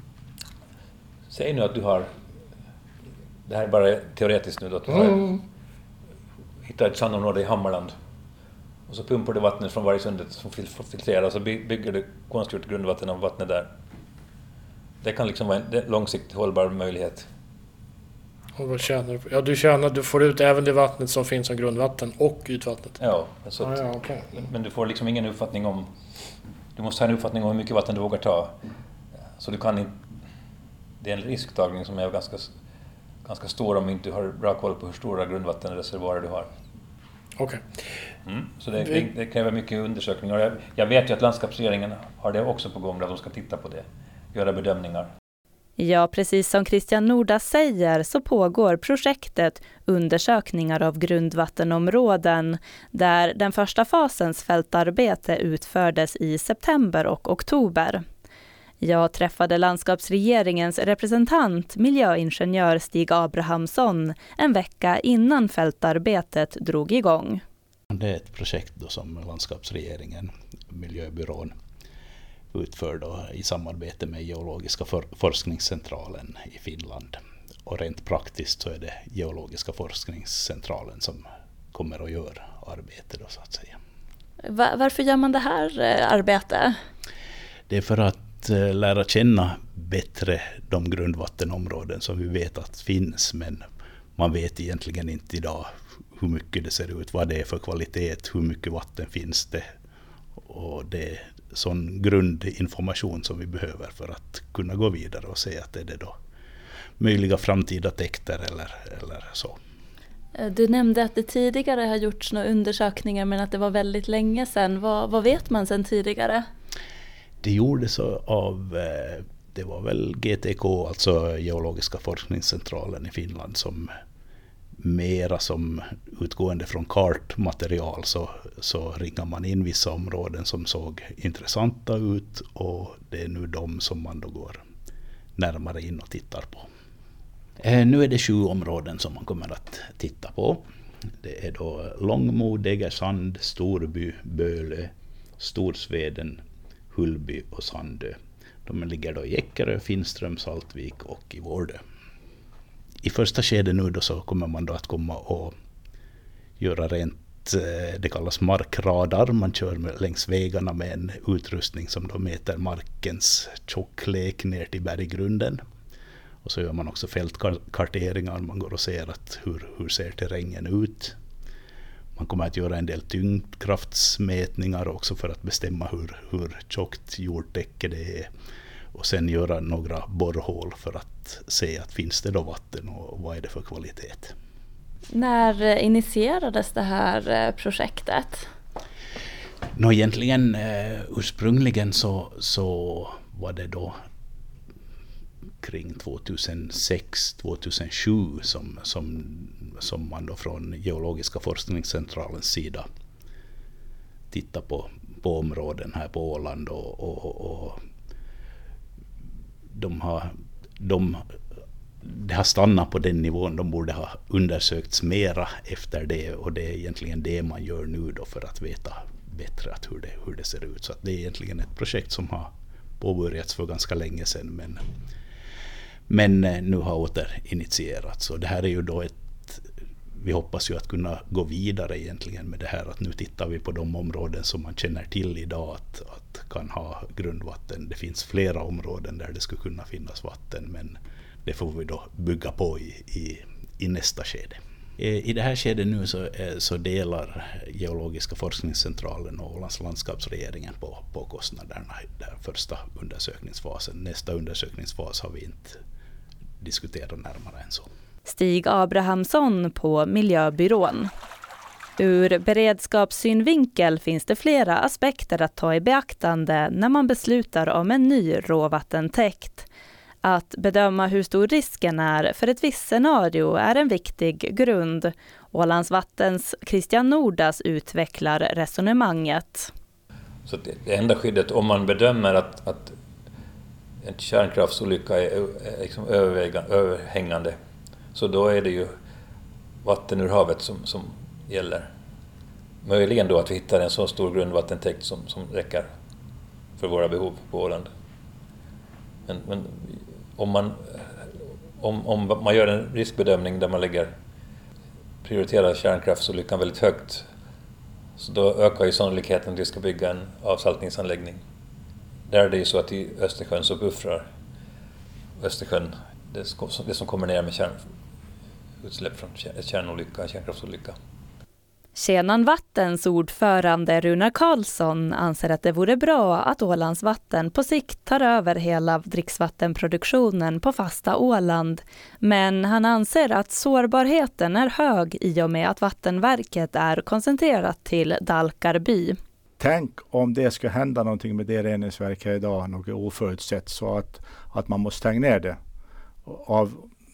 Säg nu att du har... Det här är bara teoretiskt nu då, att du mm. har hittat ett sandområde i Hammarland. Och så pumpar du vattnet från Vargsundet som filtrerar och så bygger du konstgjort grundvatten av vattnet där. Det kan liksom vara en långsiktigt hållbar möjlighet. Och vad tjänar du på? Ja, du tjänar, du får ut även det vattnet som finns som grundvatten och ytvattnet. Ja, så att, ah, ja okay. Men du får liksom ingen uppfattning om... Du måste ha en uppfattning om hur mycket vatten du vågar ta. Så du kan inte... Det är en risktagning som är ganska, ganska stor om du inte har bra koll på hur stora grundvattenreservoarer du har. Okej. Okay. Mm, så det, det, det kräver mycket undersökningar. Jag, jag vet ju att landskapsregeringen har det också på gång, där de ska titta på det. Göra bedömningar. Ja, precis som Christian Nordas säger så pågår projektet undersökningar av grundvattenområden där den första fasens fältarbete utfördes i september och oktober. Jag träffade landskapsregeringens representant, miljöingenjör Stig Abrahamsson, en vecka innan fältarbetet drog igång. Det är ett projekt då som landskapsregeringen, miljöbyrån, utför då i samarbete med Geologiska for- forskningscentralen i Finland. Och rent praktiskt så är det Geologiska forskningscentralen som kommer att göra arbete då, så att säga. Va- varför gör man det här eh, arbetet? Det är för att eh, lära känna bättre de grundvattenområden som vi vet att finns, men man vet egentligen inte idag hur mycket det ser ut, vad det är för kvalitet, hur mycket vatten finns det. Och det är sån grundinformation som vi behöver för att kunna gå vidare och se att det är det då möjliga framtida täkter eller, eller så. Du nämnde att det tidigare har gjorts några undersökningar men att det var väldigt länge sedan. Vad, vad vet man sedan tidigare? Det gjordes av, det var väl G T K, alltså Geologiska forskningscentralen i Finland, som mera som utgående från kartmaterial så, så ringar man in vissa områden som såg intressanta ut, och det är nu de som man då går närmare in och tittar på. Eh, nu är det sju områden som man kommer att titta på. Det är då Långmo, Degersand, Storby, Bölö, Storsveden, Hullby och Sandö. De ligger då i Eckerö, Finström, Saltvik och i Vårdö. I första skedet nu då så kommer man då att komma och göra rent, det kallas markradar. Man kör med, längs vägarna med en utrustning som då mäter markens tjocklek ner till berggrunden. Och så gör man också fältkarteringar, man går och ser att hur, hur ser terrängen ut. Man kommer att göra en del tyngdkraftsmätningar också för att bestämma hur, hur tjockt jordtäcke det är. Och sen göra några borrhål för att se att finns det då vatten och vad är det för kvalitet. När initierades det här projektet? Nå, egentligen eh, ursprungligen så, så var det då kring tjugohundrasex tjugohundrasju som, som, som man då från Geologiska forskningscentralens sida tittar på, på områden här på Åland, och, och, och de har, de, det har stannat på den nivån. De borde ha undersökts mera efter det, och det är egentligen det man gör nu då för att veta bättre att hur, det, hur det ser ut. Så att det är egentligen ett projekt som har påbörjats för ganska länge sedan, men, men nu har åter initierats. Och det här är ju då ett, vi hoppas ju att kunna gå vidare egentligen med det här, att nu tittar vi på de områden som man känner till idag att, att kan ha grundvatten. Det finns flera områden där det skulle kunna finnas vatten, men det får vi då bygga på i, i, i nästa skede. I det här skedet nu så, så delar Geologiska forskningscentralen och Ålands landskapsregeringen på, på kostnaderna i den första undersökningsfasen. Nästa undersökningsfas har vi inte diskuterat närmare än så. Stig Abrahamsson på Miljöbyrån. Ur beredskapssynvinkel finns det flera aspekter att ta i beaktande när man beslutar om en ny råvattentäkt. Att bedöma hur stor risken är för ett visst scenario är en viktig grund. Ålands Vattens Christian Nordas utvecklar resonemanget. Så det enda skyddet, om man bedömer att, att en kärnkraftsolycka är, är liksom överhängande, så då är det ju vatten ur havet som, som gäller. Möjligen då att vi hittar en så stor grundvattentäkt som, som räcker för våra behov på Åland. Men, men om, man, om, om man gör en riskbedömning där man lägger, prioriterar kärnkraftsolyckan väldigt högt, så då ökar ju sannolikheten att vi ska bygga en avsaltningsanläggning. Där är det ju så att i Östersjön så buffrar Östersjön det, det som kommer ner med kärnutsläpp från en kärnolycka, en kärnkraftsolycka. Tjänan Vattens ordförande Runar Karlsson anser att det vore bra att Ålands Vatten på sikt tar över hela dricksvattenproduktionen på fasta Åland. Men han anser att sårbarheten är hög i och med att vattenverket är koncentrerat till Dalkarby. tänk om det ska hända någonting med det reningsverket idag, något oförutsett, så att, att man måste stänga ner det. Av,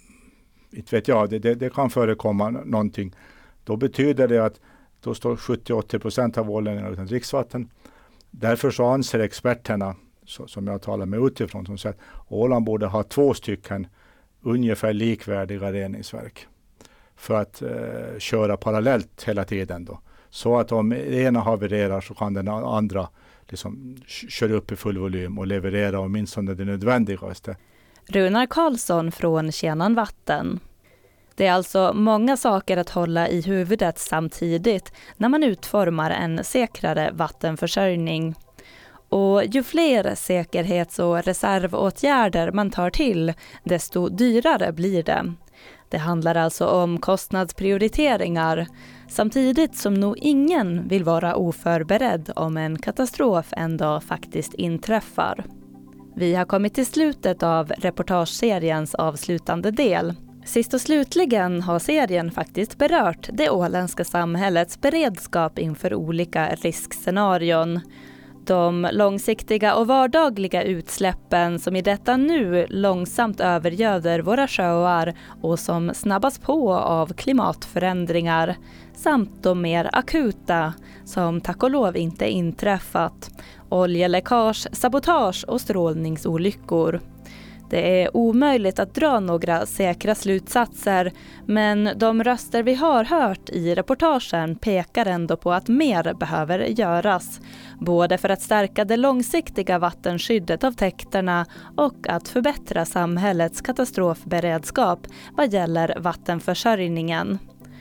inte vet jag, det, det, det kan förekomma någonting. Då betyder det att då står sjuttio till åttio procent av ålänningarna utan dricksvatten. Därför så anser experterna, så, som jag talar med utifrån, som säger att Åland borde ha två stycken ungefär likvärdiga reningsverk för att eh, köra parallellt hela tiden då. Så att om det ena havererar så kan den andra liksom köra upp i full volym och leverera åtminstone det nödvändigaste. Runar Karlsson från Tjänan Vatten. Det är alltså många saker att hålla i huvudet samtidigt när man utformar en säkrare vattenförsörjning. Och ju fler säkerhets- och reservåtgärder man tar till, desto dyrare blir det. Det handlar alltså om kostnadsprioriteringar, samtidigt som nog ingen vill vara oförberedd om en katastrof en dag faktiskt inträffar. Vi har kommit till slutet av reportageseriens avslutande del. Sist och slutligen har serien faktiskt berört det åländska samhällets beredskap inför olika riskscenarion. De långsiktiga och vardagliga utsläppen som i detta nu långsamt övergöder våra sjöar och som snabbas på av klimatförändringar, samt de mer akuta som tack och lov inte inträffat, oljeläckage, sabotage och strålningsolyckor. Det är omöjligt att dra några säkra slutsatser, men de röster vi har hört i reportagen pekar ändå på att mer behöver göras, både för att stärka det långsiktiga vattenskyddet av täkterna och att förbättra samhällets katastrofberedskap vad gäller vattenförsörjningen.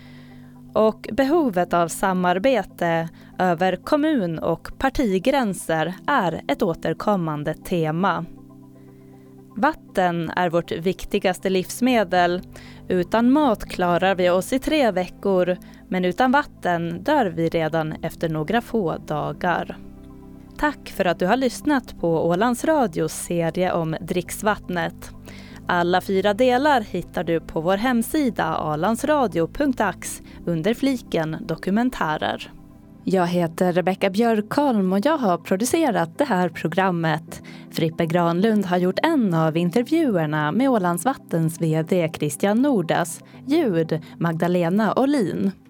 Och behovet av samarbete över kommun- och partigränser är ett återkommande tema. Vatten är vårt viktigaste livsmedel. Utan mat klarar vi oss i tre veckor, men utan vatten dör vi redan efter några få dagar. Tack för att du har lyssnat på Ålands Radios serie om dricksvattnet. Alla fyra delar hittar du på vår hemsida alandsradio punkt ax under fliken dokumentärer. Jag heter Rebecka Björkholm och jag har producerat det här programmet. Frippe Granlund har gjort en av intervjuerna med Ålands Vattens vd Christian Nordas, ljud Magdalena Olin.